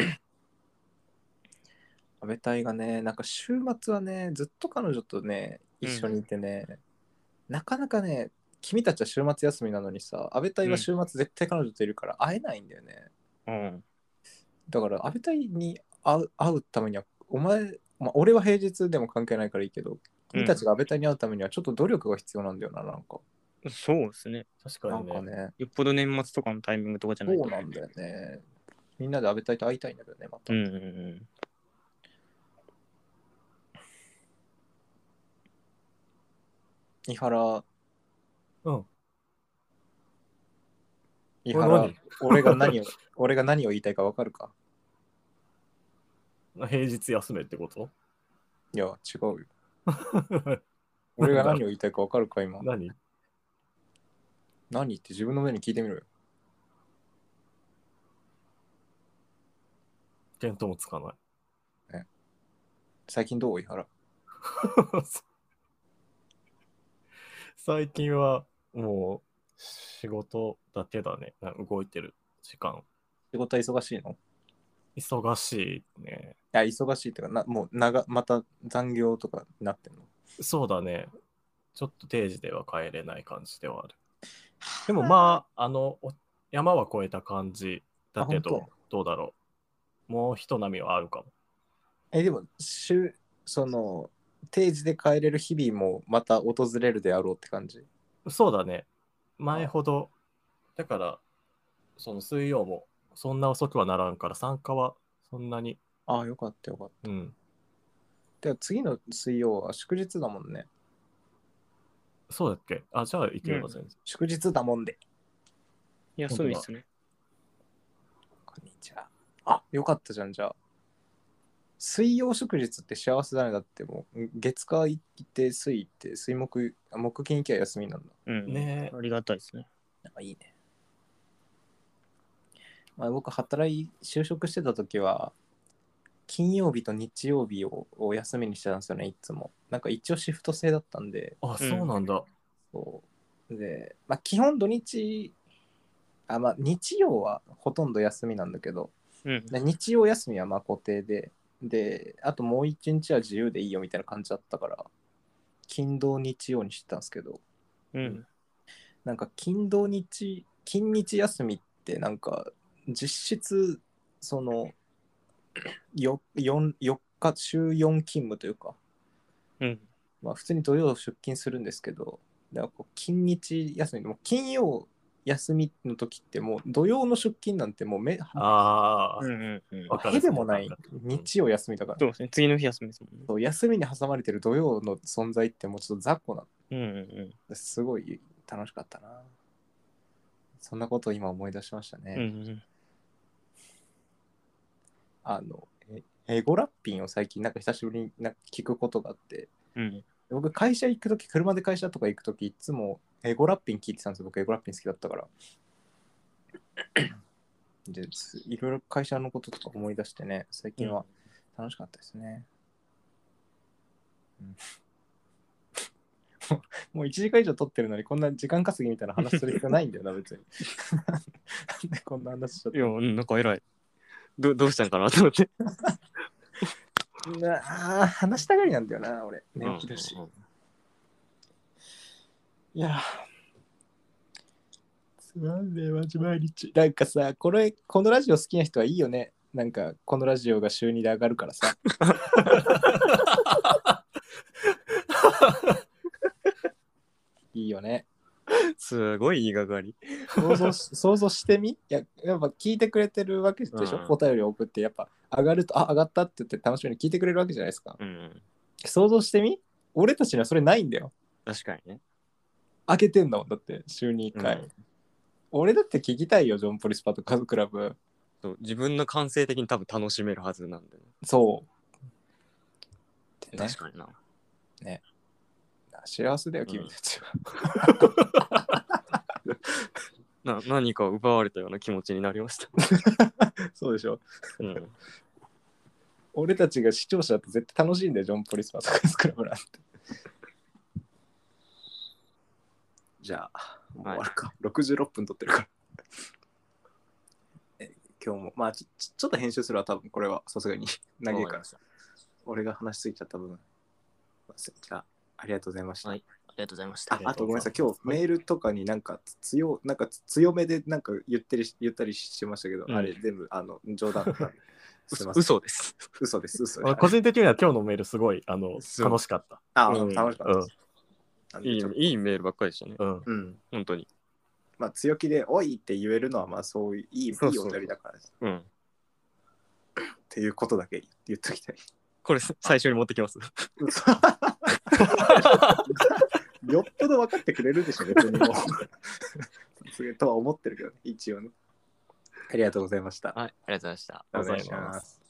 安倍隊がね、なんか週末はね、ずっと彼女とね、 一緒にいてね、なかなかね、君たちは週末休みなのにさ、安倍隊は週末絶対彼女といるから会えないんだよね。 うん。 だから安倍隊に会う会うためには、お前、まあ、俺は平日でも関係ないからいいけど、君たちが安倍隊に会うためにはちょっと努力が必要なんだよな、なんか。 そうですね。 な確かにね。 んかね、 よっぽど年末とかのタイミングとかじゃそないと。 うなんだよね。みんなで安倍隊と会いたいんだけどね、また。 うんうんうん。 伊原、 うん。 伊原何、 俺が何を、俺が何を言いたいか分かるか？ 平日休めってこといや、違うよ。俺が何を言いたいか分かるか、今。 何何って自分の目に聞いてみろよ。 見当もつかない。 最近どう伊原？ 最近はもう仕事だけだね。な動いてる時間。 仕事は忙しいの？ 忙しいね。 いや、忙しいっていうか、なもう長、また残業とかになってんの？ そうだね。ちょっと定時では帰れない感じではある。でもまあ、あの、お山は越えた感じだけあど、どうだろう。もう一波はあるかも。 え、でも、週、その、定時で帰れる日々もまた訪れるであろうって感じ。 そうだね。前ほど、だから、その水曜もそんな遅くはならんから、参加はそんなに、 ああ、よかったよかった。 うん。 では次の水曜は祝日だもんね。 そうだっけあ、じゃあ行ければ全然。 祝日だもんで。 休みですね。 こんにちは。あ、よかったじゃん、じゃあ。水曜祝日って幸せだね。だってもう、月火行って水行って水木、あ木金行きは休みなんだ。 うん。 ねありがたいですね。 あ、いいね。まあ、僕、働い、就職してた時は、金曜日と日曜日をお休みにしてたんですよね、いつも。なんか一応シフト制だったんで、 あ、そうなんだ。 そう。で、まあ、基本土日、あ、まあ、日曜はほとんど休みなんだけど、 うん。 で日曜休みはまあ固定で、で、あともう一日は自由でいいよみたいな感じだったから、金土日曜にしてたんですけど、 うん。 なんか金土日、金日休みってなんか実質、その、よよよっか、週よん勤務というか、 うん。 まあ普通に土曜出勤するんですけど、だからこう金日休みでも金曜休みの時ってもう土曜の出勤なんてもうめああ、 うんうんうん。 わかるへでもないわかる日曜休みだから、 そうですね。次の日休みですもんね。 そう休みに挟まれてる土曜の存在ってもうちょっと雑魚なうんうんすごい楽しかったな。そんなことを今思い出しましたね。 うん。うんうん。 あのえエゴラッピンを最近なんか久しぶりになんか聞くことがあって、 うん。 僕会社行くとき、車で会社とか行くときいつもエゴラッピン聞いてたんですよ。僕エゴラッピン好きだったからで、いろいろ会社のこととか思い出してね、最近は楽しかったですね、うんもういちじかん以上撮ってるのにこんな時間稼ぎみたいな話する必要ないんだよな別になんでこんな話しちゃっいや、なんか偉い。どどうしたんかなと思って。 たなあ、話したがりなんだよな俺、寝起きだし、 うんうんうんいやつまんねえマジ毎日なんかさ、これこのラジオ好きな人はいいよね。なんかこのラジオが週にで上がるからさいいよね。 すごい言いがかり。 想像し想像してみ。いややっぱ聞いてくれてるわけでしょ、 うんお便りを送ってやっぱ上がると、あ上がったって言って楽しみに聞いてくれるわけじゃないですか。 うん。 想像してみ。俺たちにはそれないんだよ。 確かにね。 開けてんだもんだって週にいっかい、 うん俺だって聞きたいよジョンポリスパとカズクラブ。 そう自分の感性的に多分楽しめるはずなんで、ね。 そうってね、 確かにな。 幸せだよ君たちは、 な何かを奪われたような気持ちになりました。 そうでしょ。 うん。 俺たちが視聴者だと絶対楽しいんだよジョンポリスパとカズクラブなんて。じゃあもう終わるか、ろくじゅうろっぷん撮ってるからえ今日もまあちょちょっと編集するわ多分これはさすがに長いからさ、俺が話しすぎちゃった部分。じゃあありがとうございました。 はいありがとうございました。 ああとごめんなさい、今日メールとかになんか強なんか強めでなんか言ってり言ったりしてましたけど、 うんあれ全部あの冗談だったんで。すいません。 嘘です。 嘘です、嘘です。 まあ個人的には今日のメールすごいあのそう楽しかった。 あ、 うん楽しかったです。なんでいいちょっといいメールばっかりでしたね。 うん。 うん。 本当に。 まあ強気で、おいって言えるのは、まあそういういい、 そうそういいお便りだからです。 うん。 っていうことだけ言っときたい。 これ最初に持ってきます。 嘘よっぽど分かってくれるでしょ、別にもう。それとは思ってるけどね、一応ね。ありがとうございました。 はい、ありがとうございました。 ありがとうございお願いしまますす。